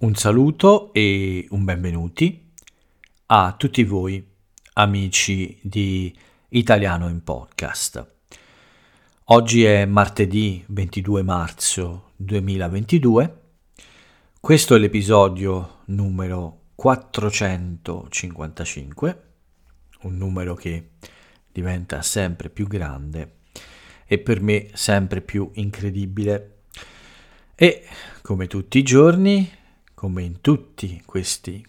Un saluto e un benvenuti a tutti voi, amici di Italiano in Podcast. Oggi è martedì 22 marzo 2022. Questo è l'episodio numero 455, un numero che diventa sempre più grande e per me sempre più incredibile. E come tutti i giorni, come in tutti questi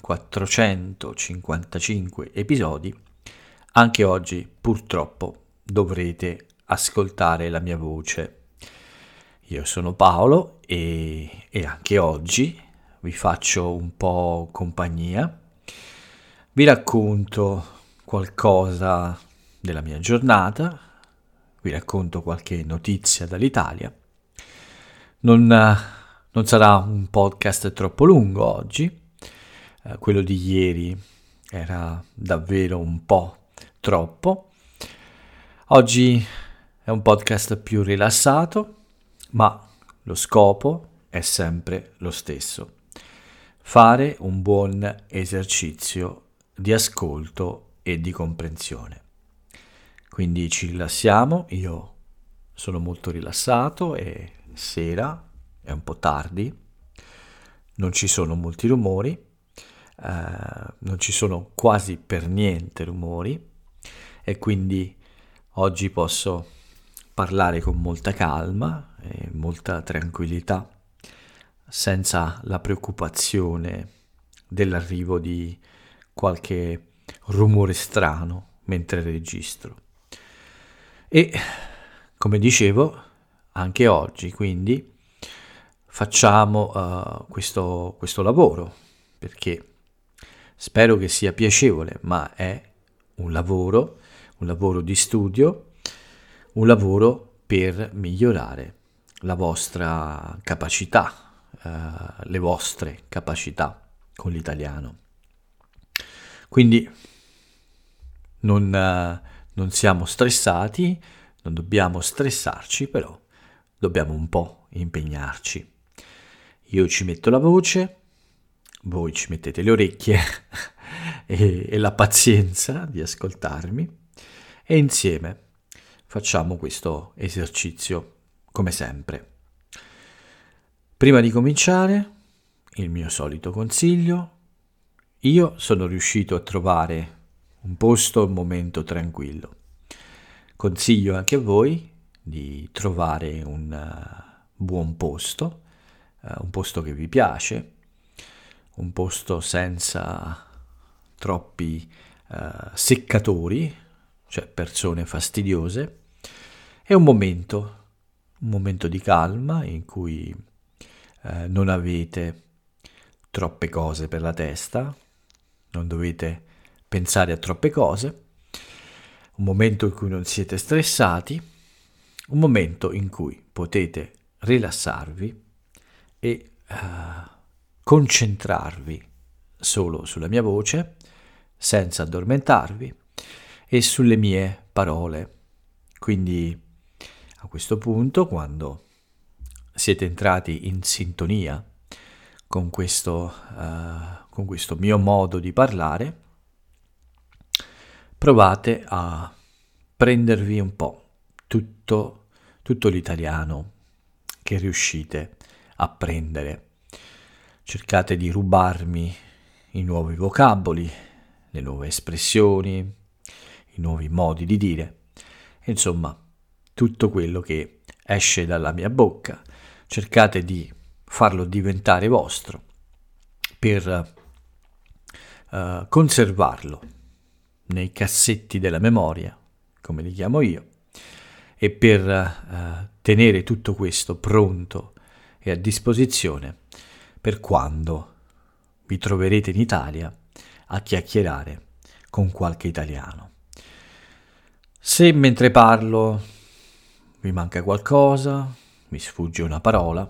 455 episodi, anche oggi purtroppo dovrete ascoltare la mia voce. Io sono Paolo e anche oggi vi faccio un po' compagnia. Vi racconto qualcosa della mia giornata, vi racconto qualche notizia dall'Italia. Non sarà un podcast troppo lungo oggi, quello di ieri era davvero un po' troppo. Oggi è un podcast più rilassato, ma lo scopo è sempre lo stesso: fare un buon esercizio di ascolto e di comprensione. Quindi ci rilassiamo, io sono molto rilassato e sera, è un po' tardi, non ci sono molti rumori, non ci sono quasi per niente rumori e quindi oggi posso parlare con molta calma e molta tranquillità, senza la preoccupazione dell'arrivo di qualche rumore strano mentre registro. E come dicevo, anche oggi quindi facciamo questo lavoro, perché spero che sia piacevole, ma è un lavoro di studio, un lavoro per migliorare la vostra capacità, le vostre capacità con l'italiano. Quindi non siamo stressati, non dobbiamo stressarci, però dobbiamo un po' impegnarci. Io ci metto la voce, voi ci mettete le orecchie e la pazienza di ascoltarmi e insieme facciamo questo esercizio come sempre. Prima di cominciare, il mio solito consiglio: io sono riuscito a trovare un posto, un momento tranquillo. Consiglio anche a voi di trovare un buon posto, un posto che vi piace, un posto senza troppi seccatori, cioè persone fastidiose, e un momento di calma in cui non avete troppe cose per la testa, non dovete pensare a troppe cose, un momento in cui non siete stressati, un momento in cui potete rilassarvi e concentrarvi solo sulla mia voce, senza addormentarvi, e sulle mie parole. Quindi a questo punto, quando siete entrati in sintonia con questo mio modo di parlare, provate a prendervi un po' tutto l'italiano che riuscite a prendere. Cercate di rubarmi i nuovi vocaboli, le nuove espressioni, i nuovi modi di dire, insomma, tutto quello che esce dalla mia bocca. Cercate di farlo diventare vostro per conservarlo nei cassetti della memoria, come li chiamo io, e per tenere tutto questo pronto e a disposizione per quando vi troverete in Italia a chiacchierare con qualche italiano. Se mentre parlo vi manca qualcosa, mi sfugge una parola,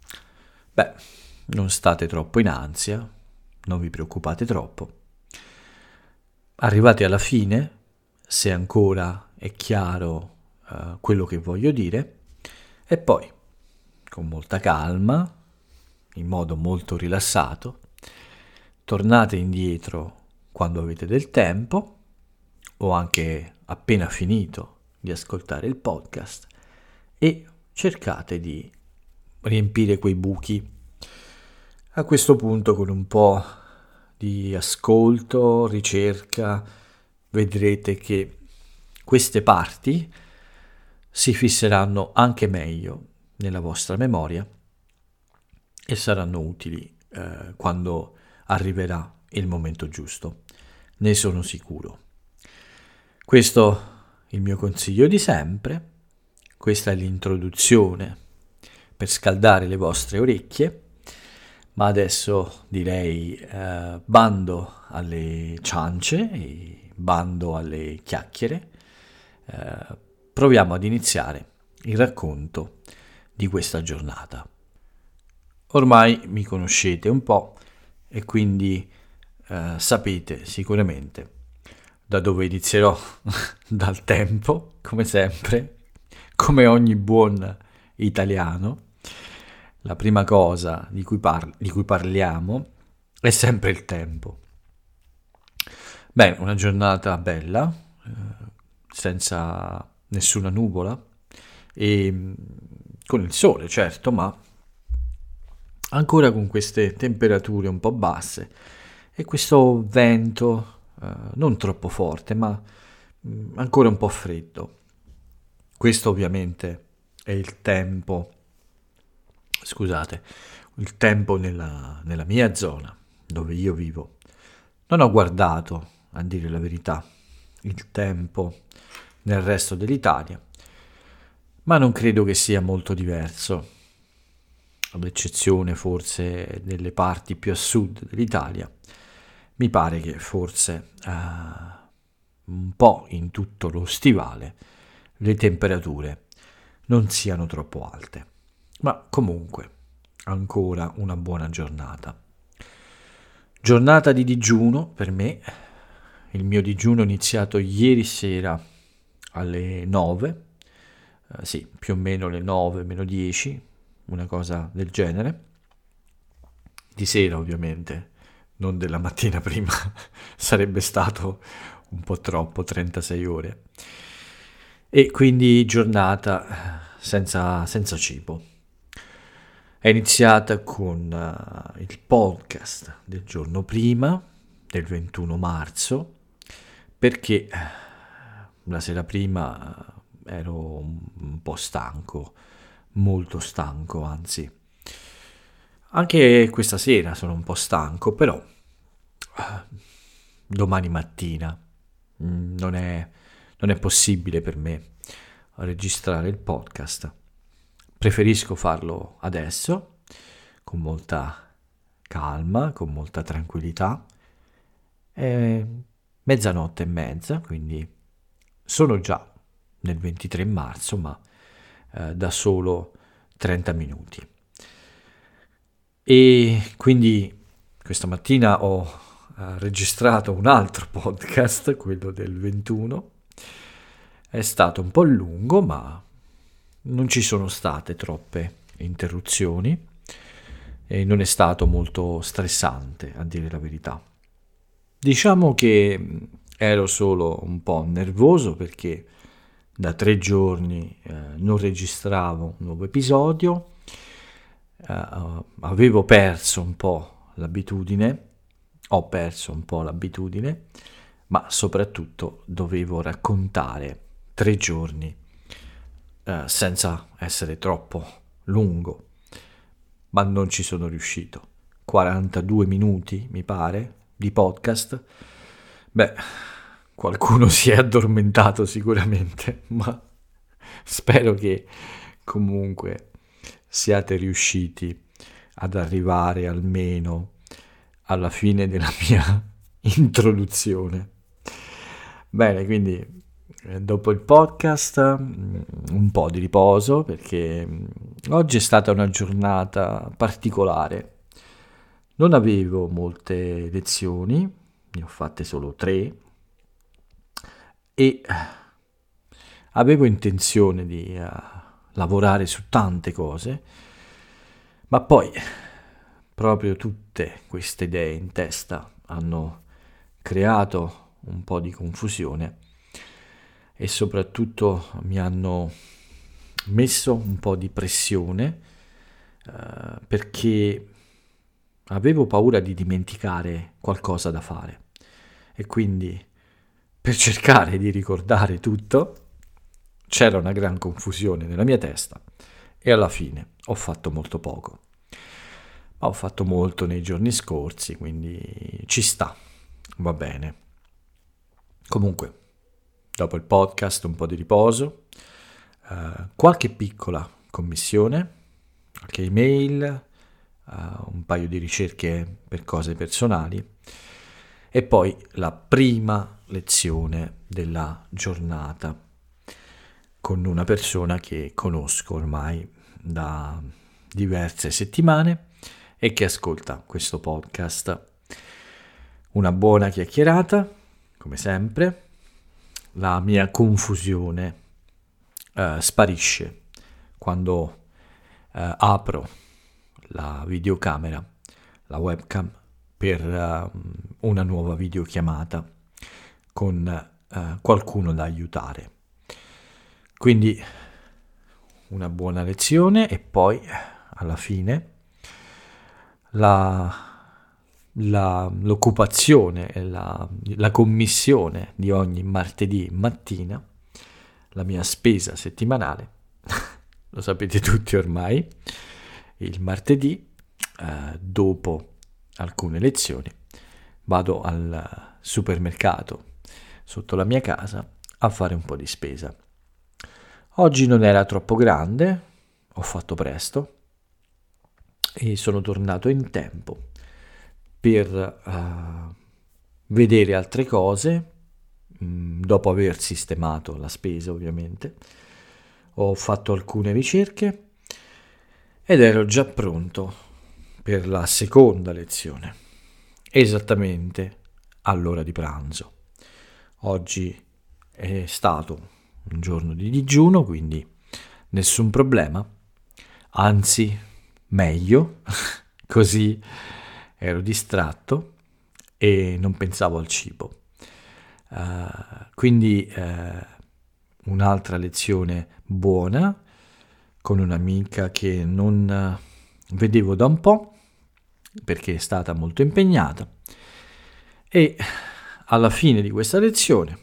non state troppo in ansia, non vi preoccupate troppo. Arrivate alla fine, se ancora è chiaro quello che voglio dire, e poi, con molta calma, in modo molto rilassato, tornate indietro quando avete del tempo o anche appena finito di ascoltare il podcast e cercate di riempire quei buchi. A questo punto con un po' di ascolto, ricerca, vedrete che queste parti si fisseranno anche meglio nella vostra memoria e saranno utili quando arriverà il momento giusto. Ne sono sicuro. Questo è il mio consiglio di sempre. Questa è l'introduzione per scaldare le vostre orecchie. Ma adesso direi bando alle ciance e bando alle chiacchiere. Proviamo ad iniziare il racconto di questa giornata. Ormai mi conoscete un po' e quindi sapete sicuramente da dove inizierò. Dal tempo, come sempre, come ogni buon italiano. La prima cosa di cui parliamo è sempre il tempo. Bene, una giornata bella, senza nessuna nuvola e con il sole, certo, ma ancora con queste temperature un po' basse e questo vento non troppo forte, ma ancora un po' freddo. Questo ovviamente è il tempo. Scusate, il tempo nella mia zona, dove io vivo. Non ho guardato, a dire la verità, il tempo nel resto dell'Italia, ma non credo che sia molto diverso, ad eccezione forse delle parti più a sud dell'Italia. Mi pare che forse un po' in tutto lo stivale le temperature non siano troppo alte. Ma comunque, ancora una buona giornata. Giornata di digiuno per me. Il mio digiuno è iniziato ieri sera alle 9, sì, più o meno le 9 meno 10, una cosa del genere. Di sera ovviamente, non della mattina prima, sarebbe stato un po' troppo, 36 ore. E quindi giornata senza cibo. È iniziata con il podcast del giorno prima, del 21 marzo, perché la sera prima ero un po' stanco, molto stanco, anzi. Anche questa sera sono un po' stanco, però domani mattina non è possibile per me registrare il podcast. Preferisco farlo adesso, con molta calma, con molta tranquillità. È mezzanotte e mezza, quindi sono già nel 23 marzo, ma da solo 30 minuti. E quindi questa mattina ho registrato un altro podcast, quello del 21. È stato un po' lungo, ma non ci sono state troppe interruzioni e non è stato molto stressante, a dire la verità. Diciamo che ero solo un po' nervoso perché da 3 giorni non registravo un nuovo episodio, avevo perso un po' l'abitudine, ma soprattutto dovevo raccontare 3 giorni senza essere troppo lungo, ma non ci sono riuscito. 42 minuti, mi pare, di podcast. Beh, qualcuno si è addormentato sicuramente, ma spero che comunque siate riusciti ad arrivare almeno alla fine della mia introduzione. Bene, quindi dopo il podcast un po' di riposo perché oggi è stata una giornata particolare. Non avevo molte lezioni, ne ho fatte solo 3 e avevo intenzione di lavorare su tante cose, ma poi proprio tutte queste idee in testa hanno creato un po' di confusione e soprattutto mi hanno messo un po' di pressione perché avevo paura di dimenticare qualcosa da fare e quindi per cercare di ricordare tutto c'era una gran confusione nella mia testa e alla fine ho fatto molto poco. Ma ho fatto molto nei giorni scorsi, quindi ci sta, va bene. Comunque, dopo il podcast un po' di riposo, qualche piccola commissione, qualche email, un paio di ricerche per cose personali e poi la prima lezione della giornata con una persona che conosco ormai da diverse settimane e che ascolta questo podcast. Una buona chiacchierata, come sempre. La mia confusione sparisce quando apro la videocamera, la webcam, per una nuova videochiamata con qualcuno da aiutare. Quindi una buona lezione e poi alla fine l'occupazione e la commissione di ogni martedì mattina, la mia spesa settimanale, lo sapete tutti ormai, il martedì dopo alcune lezioni vado al supermercato sotto la mia casa a fare un po' di spesa. Oggi non era troppo grande, ho fatto presto e sono tornato in tempo per vedere altre cose, dopo aver sistemato la spesa ovviamente. Ho fatto alcune ricerche ed ero già pronto per la seconda lezione, esattamente all'ora di pranzo. Oggi è stato un giorno di digiuno, quindi nessun problema, anzi meglio, così ero distratto e non pensavo al cibo. Quindi un'altra lezione buona con un'amica che non vedevo da un po' perché è stata molto impegnata e alla fine di questa lezione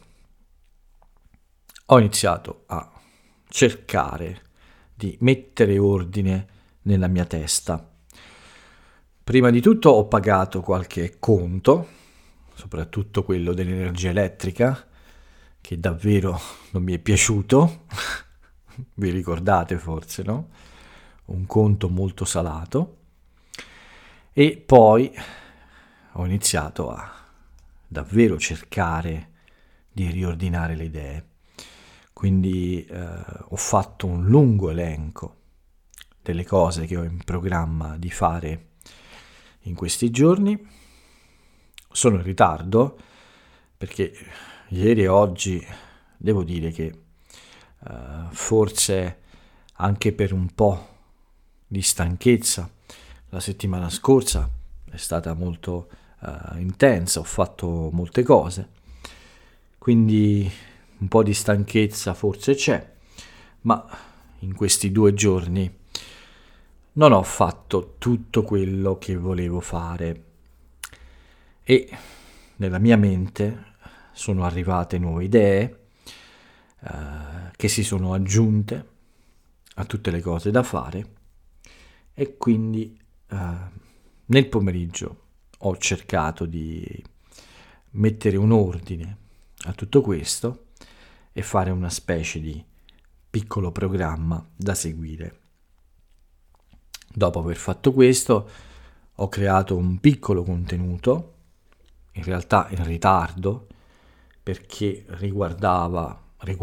ho iniziato a cercare di mettere ordine nella mia testa. Prima di tutto ho pagato qualche conto, soprattutto quello dell'energia elettrica, che davvero non mi è piaciuto, vi ricordate forse, no? Un conto molto salato. E poi ho iniziato a davvero cercare di riordinare le idee. Quindi ho fatto un lungo elenco delle cose che ho in programma di fare in questi giorni. Sono in ritardo perché ieri e oggi devo dire che forse anche per un po' di stanchezza la settimana scorsa è stata molto intensa, ho fatto molte cose, quindi un po' di stanchezza forse c'è, ma in questi 2 giorni non ho fatto tutto quello che volevo fare e nella mia mente sono arrivate nuove idee che si sono aggiunte a tutte le cose da fare e quindi nel pomeriggio ho cercato di mettere un ordine a tutto questo e fare una specie di piccolo programma da seguire. Dopo aver fatto questo ho creato un piccolo contenuto, in realtà in ritardo, perché riguarda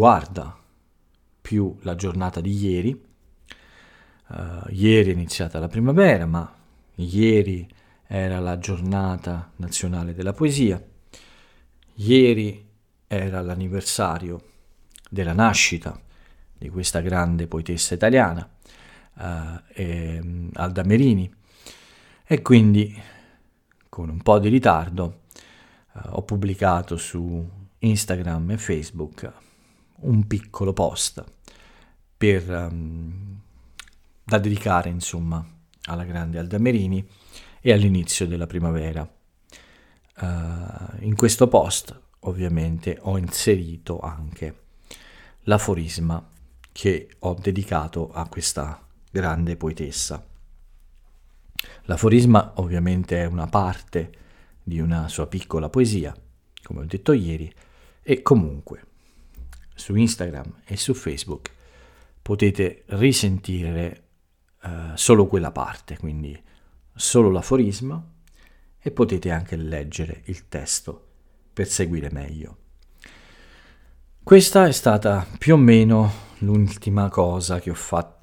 più la giornata di ieri. Ieri è iniziata la primavera, ma ieri era la giornata nazionale della poesia, ieri era l'anniversario della nascita di questa grande poetessa italiana, Alda Merini, E quindi, con un po' di ritardo, ho pubblicato su Instagram e Facebook un piccolo post da dedicare, insomma, alla grande Alda Merini e all'inizio della primavera. In questo post, ovviamente, ho inserito anche l'aforisma che ho dedicato a questa grande poetessa. L'aforisma ovviamente è una parte di una sua piccola poesia, come ho detto ieri, e comunque su Instagram e su Facebook potete risentire solo quella parte, quindi solo l'aforisma, e potete anche leggere il testo per seguire meglio. Questa è stata più o meno l'unica cosa che ho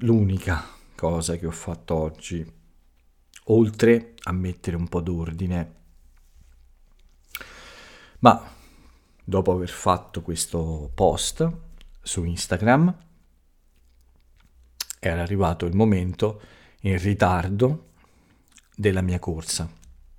fatto oggi, oltre a mettere un po' d'ordine. Ma dopo aver fatto questo post su Instagram, era arrivato il momento in ritardo della mia corsa.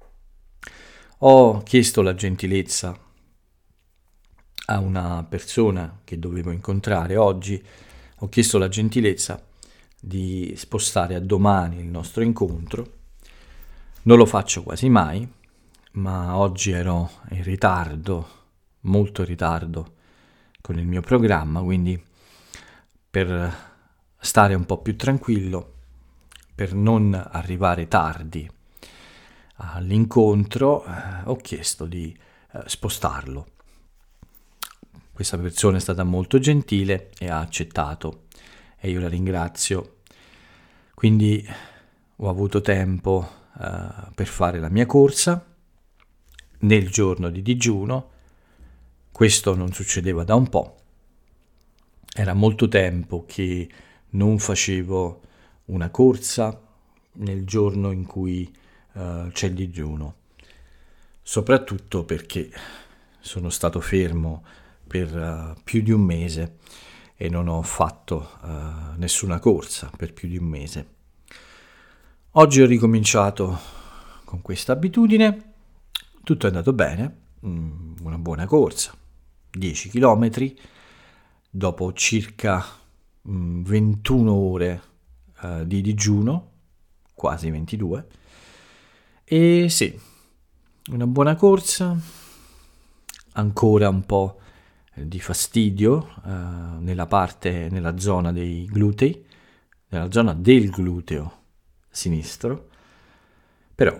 Ho chiesto la gentilezza a una persona che dovevo incontrare oggi, ho chiesto la gentilezza di spostare a domani il nostro incontro. Non lo faccio quasi mai, ma oggi ero in ritardo, molto in ritardo con il mio programma, quindi per stare un po' più tranquillo, per non arrivare tardi all'incontro, ho chiesto di spostarlo. Questa persona è stata molto gentile e ha accettato e io la ringrazio. Quindi ho avuto tempo per fare la mia corsa nel giorno di digiuno. Questo non succedeva da un po'. Era molto tempo che non facevo una corsa nel giorno in cui c'è il digiuno, soprattutto perché sono stato fermo per più di un mese e non ho fatto nessuna corsa per più di un mese. Oggi ho ricominciato con questa abitudine, tutto è andato bene, una buona corsa, 10 km, dopo circa 21 ore di digiuno, quasi 22, e sì, una buona corsa, ancora un po' di fastidio nella zona dei glutei, nella zona del gluteo sinistro, però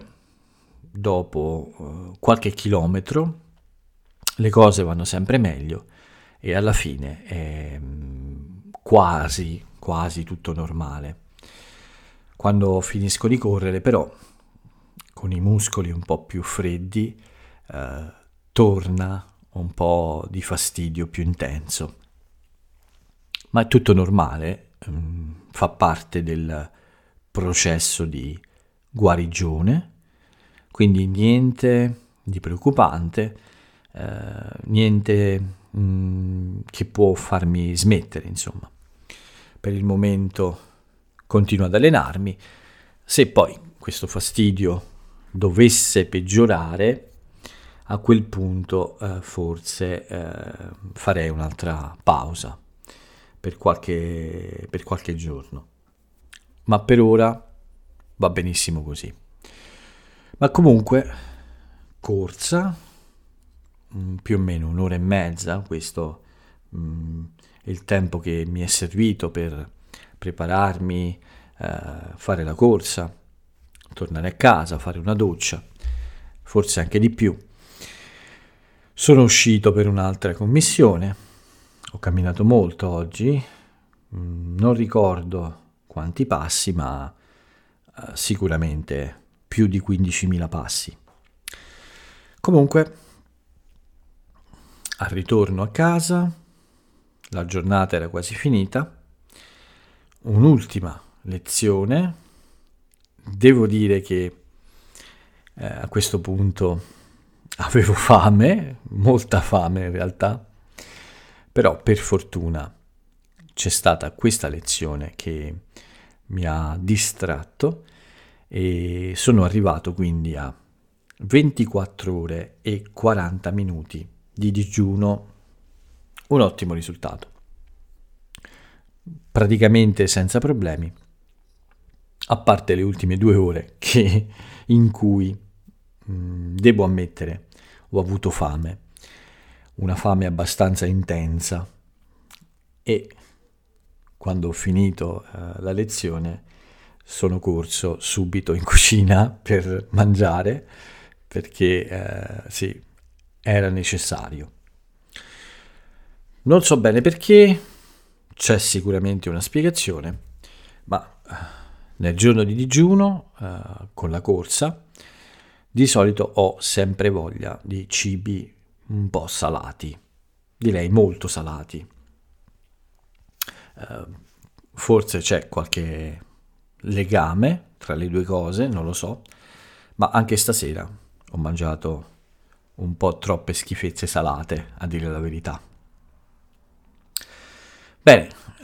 dopo qualche chilometro le cose vanno sempre meglio e alla fine è quasi tutto normale. Quando finisco di correre, però, con i muscoli un po' più freddi, torna un po' di fastidio più intenso. Ma è tutto normale, fa parte del processo di guarigione, quindi niente di preoccupante, niente che può farmi smettere, insomma. Per il momento continuo ad allenarmi. Se poi questo fastidio dovesse peggiorare, a quel punto forse farei un'altra pausa per qualche giorno. Ma per ora va benissimo così. Ma comunque, corsa, più o meno un'ora e mezza, questo è il tempo che mi è servito per prepararmi, fare la corsa, tornare a casa, fare una doccia, forse anche di più. Sono uscito per un'altra commissione, ho camminato molto oggi, non ricordo quanti passi, ma sicuramente più di 15.000 passi. Comunque, al ritorno a casa, la giornata era quasi finita, un'ultima lezione, devo dire che a questo punto avevo fame, molta fame in realtà, però per fortuna c'è stata questa lezione che mi ha distratto e sono arrivato quindi a 24 ore e 40 minuti di digiuno, un ottimo risultato, praticamente senza problemi, a parte le ultime 2 ore in cui devo ammettere ho avuto fame, una fame abbastanza intensa, e quando ho finito la lezione sono corso subito in cucina per mangiare, perché sì, era necessario. Non so bene perché, c'è sicuramente una spiegazione, ma nel giorno di digiuno, con la corsa, di solito ho sempre voglia di cibi un po' salati, direi molto salati. Forse c'è qualche legame tra le due cose, non lo so, ma anche stasera ho mangiato un po' troppe schifezze salate, a dire la verità. Bene,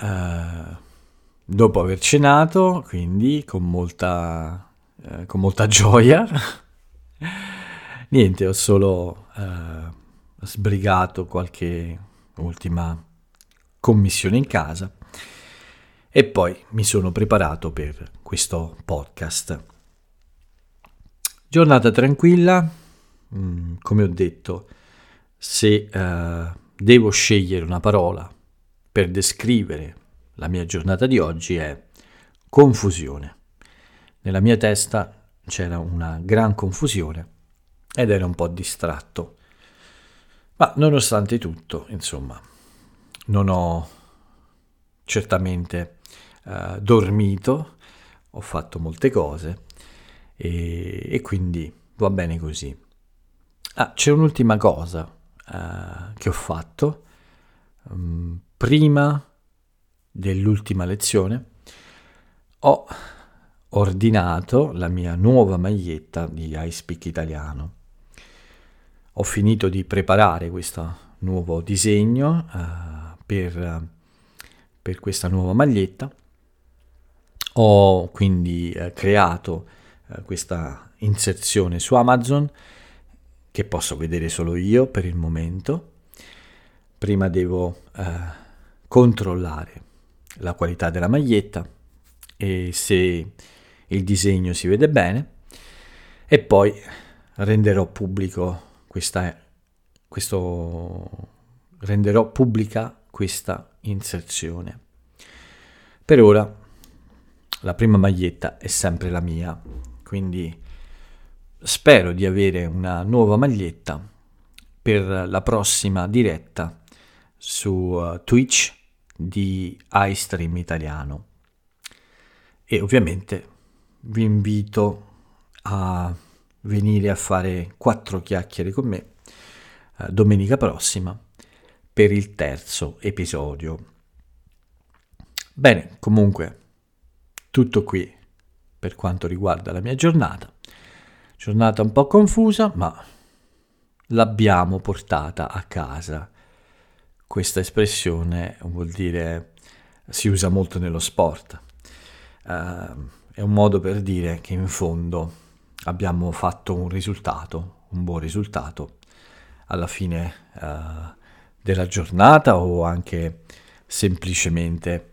dopo aver cenato, quindi con molta gioia, niente, ho solo sbrigato qualche ultima commissione in casa e poi mi sono preparato per questo podcast. Giornata tranquilla, come ho detto, se devo scegliere una parola per descrivere la mia giornata di oggi è confusione. Nella mia testa c'era una gran confusione ed ero un po' distratto. Ma nonostante tutto, insomma, non ho certamente dormito, ho fatto molte cose e quindi va bene così. C'è un'ultima cosa che ho fatto prima dell'ultima lezione. Ho ordinato la mia nuova maglietta di iSpeak Italiano. Ho finito di preparare questo nuovo disegno per questa nuova maglietta. Ho quindi creato questa inserzione su Amazon che posso vedere solo io per il momento. Prima devo controllare la qualità della maglietta e se il disegno si vede bene, e poi renderò pubblica questa inserzione. Per ora la prima maglietta è sempre la mia, quindi spero di avere una nuova maglietta per la prossima diretta su Twitch di iStream Italiano. E ovviamente vi invito a venire a fare 4 chiacchiere con me domenica prossima per il 3° episodio. Bene, comunque tutto qui per quanto riguarda la mia giornata un po' confusa, ma l'abbiamo portata a casa. Questa espressione vuol dire, si usa molto nello sport, è un modo per dire che in fondo abbiamo fatto un buon risultato alla fine della giornata o anche semplicemente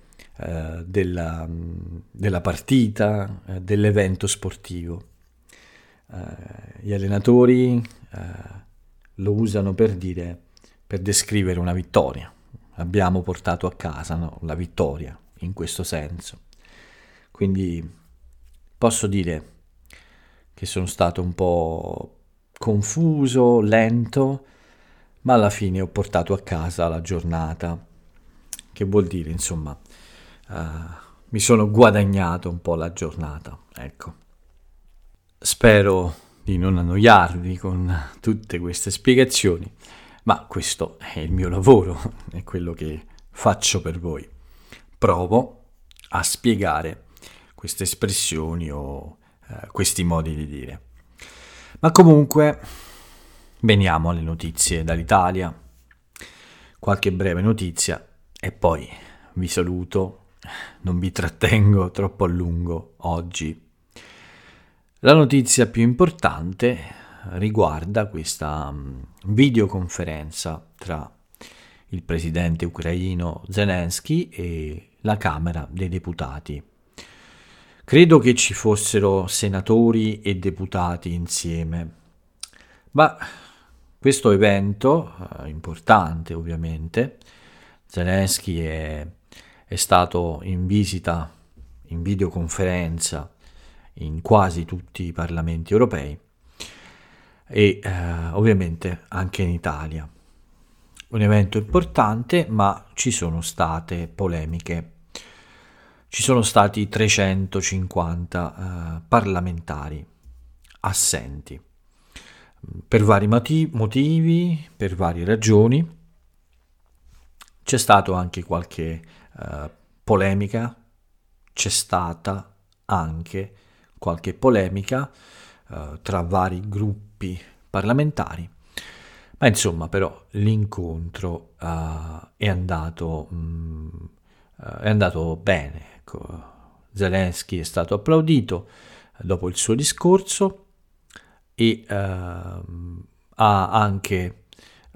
della partita, dell'evento sportivo. Gli allenatori lo usano per descrivere una vittoria. Abbiamo portato a casa, no, la vittoria in questo senso. Quindi posso dire che sono stato un po' confuso, lento, ma alla fine ho portato a casa la giornata, che vuol dire, insomma, mi sono guadagnato un po' la giornata, ecco. Spero di non annoiarvi con tutte queste spiegazioni, ma questo è il mio lavoro, è quello che faccio per voi. Provo a spiegare queste espressioni o questi modi di dire. Ma comunque, veniamo alle notizie dall'Italia, qualche breve notizia e poi vi saluto, non vi trattengo troppo a lungo oggi. La notizia più importante riguarda questa videoconferenza tra il presidente ucraino Zelensky e la Camera dei Deputati. Credo che ci fossero senatori e deputati insieme, ma questo evento, importante ovviamente, Zelensky è stato in visita in videoconferenza in quasi tutti i parlamenti europei e ovviamente anche in Italia. Un evento importante, ma ci sono state polemiche. Ci sono stati 350 parlamentari assenti per vari motivi, per varie ragioni. C'è stato anche qualche polemica, c'è stata anche qualche polemica tra vari gruppi parlamentari, ma insomma però l'incontro è andato bene. Ecco. Zelensky è stato applaudito dopo il suo discorso e ha anche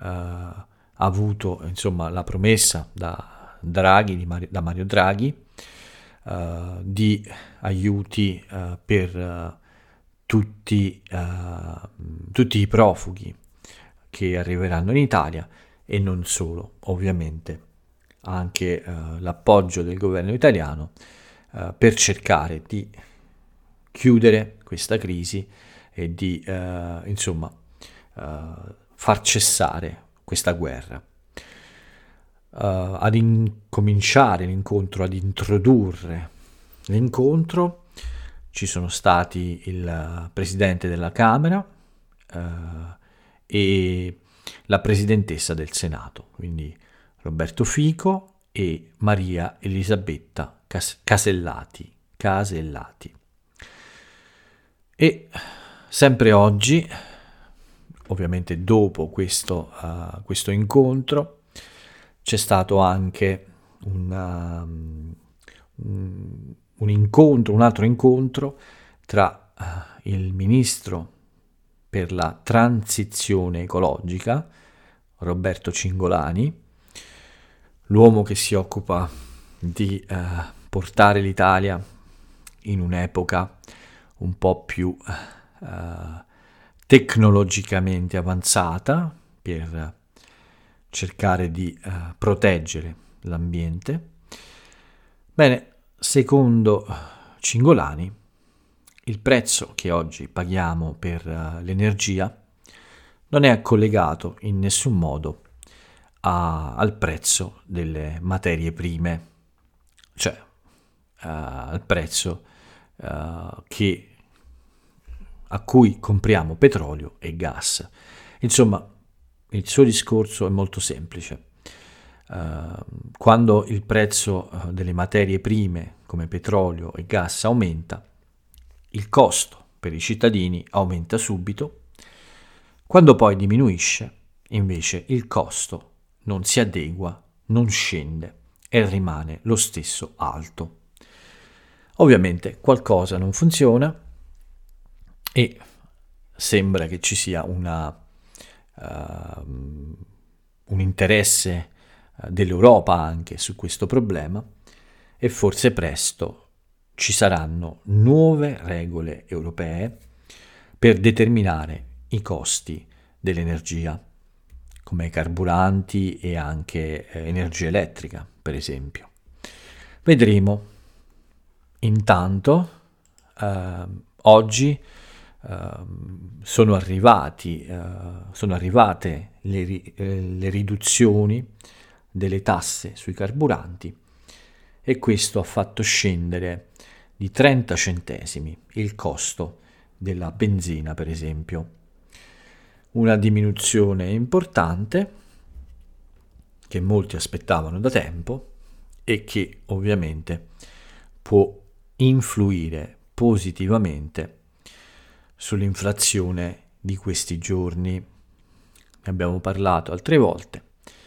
avuto insomma la promessa da Mario Draghi di aiuti per tutti i profughi che arriveranno in Italia e non solo, ovviamente anche l'appoggio del governo italiano per cercare di chiudere questa crisi e di far cessare questa guerra. Ad incominciare l'incontro, ad introdurre l'incontro, ci sono stati il presidente della Camera e la presidentessa del Senato, quindi Roberto Fico e Maria Elisabetta Casellati. E sempre oggi, ovviamente dopo questo incontro, c'è stato anche un altro incontro tra il ministro per la transizione ecologica, Roberto Cingolani, l'uomo che si occupa di portare l'Italia in un'epoca un po' più tecnologicamente avanzata per cercare di proteggere l'ambiente. Bene, secondo Cingolani, il prezzo che oggi paghiamo per l'energia non è collegato in nessun modo al prezzo delle materie prime, cioè al prezzo a cui compriamo petrolio e gas. Insomma, il suo discorso è molto semplice. Quando il prezzo delle materie prime come petrolio e gas aumenta, il costo per i cittadini aumenta subito. Quando poi diminuisce, invece, il costo non si adegua, non scende e rimane lo stesso alto. Ovviamente qualcosa non funziona e sembra che ci sia un interesse dell'Europa anche su questo problema e forse presto ci saranno nuove regole europee per determinare i costi dell'energia, come carburanti e anche energia elettrica, per esempio. Vedremo. Intanto, oggi sono arrivate le riduzioni delle tasse sui carburanti e questo ha fatto scendere di 30 centesimi il costo della benzina, per esempio. Una diminuzione importante che molti aspettavano da tempo e che ovviamente può influire positivamente sull'inflazione di questi giorni. Ne abbiamo parlato altre volte.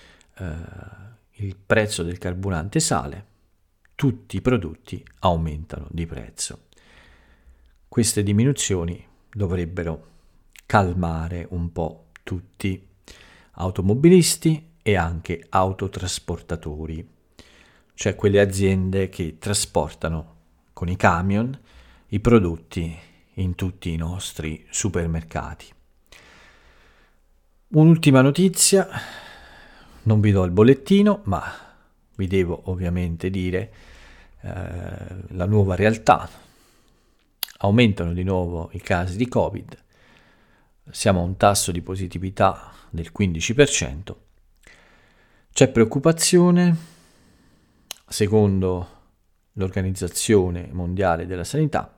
Il prezzo del carburante sale, tutti i prodotti aumentano di prezzo. queste diminuzioni dovrebbero calmare un po' tutti automobilisti e anche autotrasportatori, cioè quelle aziende che trasportano con i camion i prodotti in tutti i nostri supermercati. Un'ultima notizia, non vi do il bollettino, ma vi devo ovviamente dire la nuova realtà. Aumentano di nuovo i casi di Covid, siamo a un tasso di positività del 15%, c'è preoccupazione, secondo l'Organizzazione Mondiale della Sanità,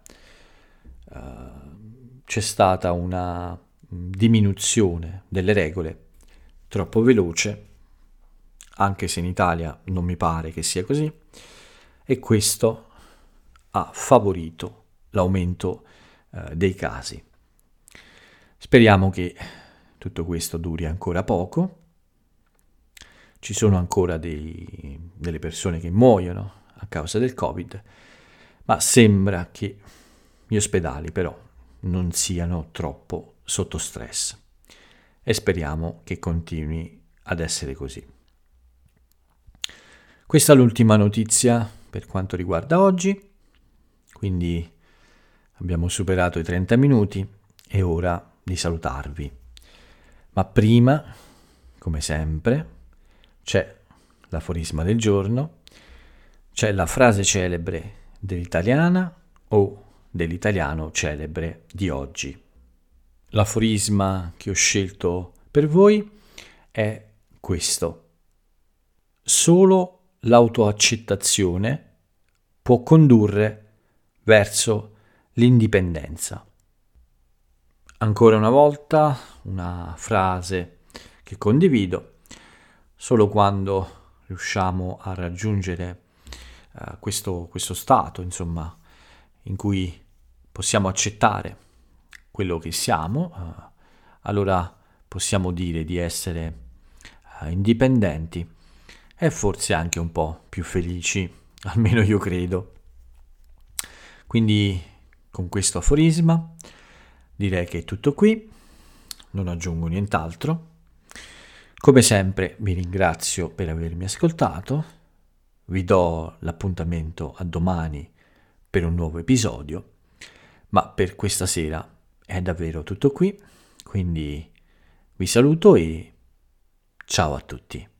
c'è stata una diminuzione delle regole troppo veloce, anche se in Italia non mi pare che sia così, e questo ha favorito l'aumento dei casi. Speriamo che tutto questo duri ancora poco. Ci sono ancora delle persone che muoiono a causa del Covid, ma sembra che gli ospedali però non siano troppo sotto stress e speriamo che continui ad essere così. Questa è l'ultima notizia per quanto riguarda oggi, quindi abbiamo superato i 30 minuti, è ora di salutarvi. Ma prima, come sempre, c'è l'aforisma del giorno, c'è la frase celebre dell'italiana o dell'italiano celebre di oggi. L'aforisma che ho scelto per voi è questo: solo l'autoaccettazione può condurre verso l'indipendenza. Ancora una volta una frase che condivido: solo quando riusciamo a raggiungere questo stato, insomma, in cui possiamo accettare quello che siamo, allora possiamo dire di essere indipendenti e forse anche un po' più felici, almeno io credo. Quindi con questo aforisma direi che è tutto qui, non aggiungo nient'altro. Come sempre vi ringrazio per avermi ascoltato, vi do l'appuntamento a domani per un nuovo episodio, ma per questa sera è davvero tutto qui, quindi vi saluto e ciao a tutti.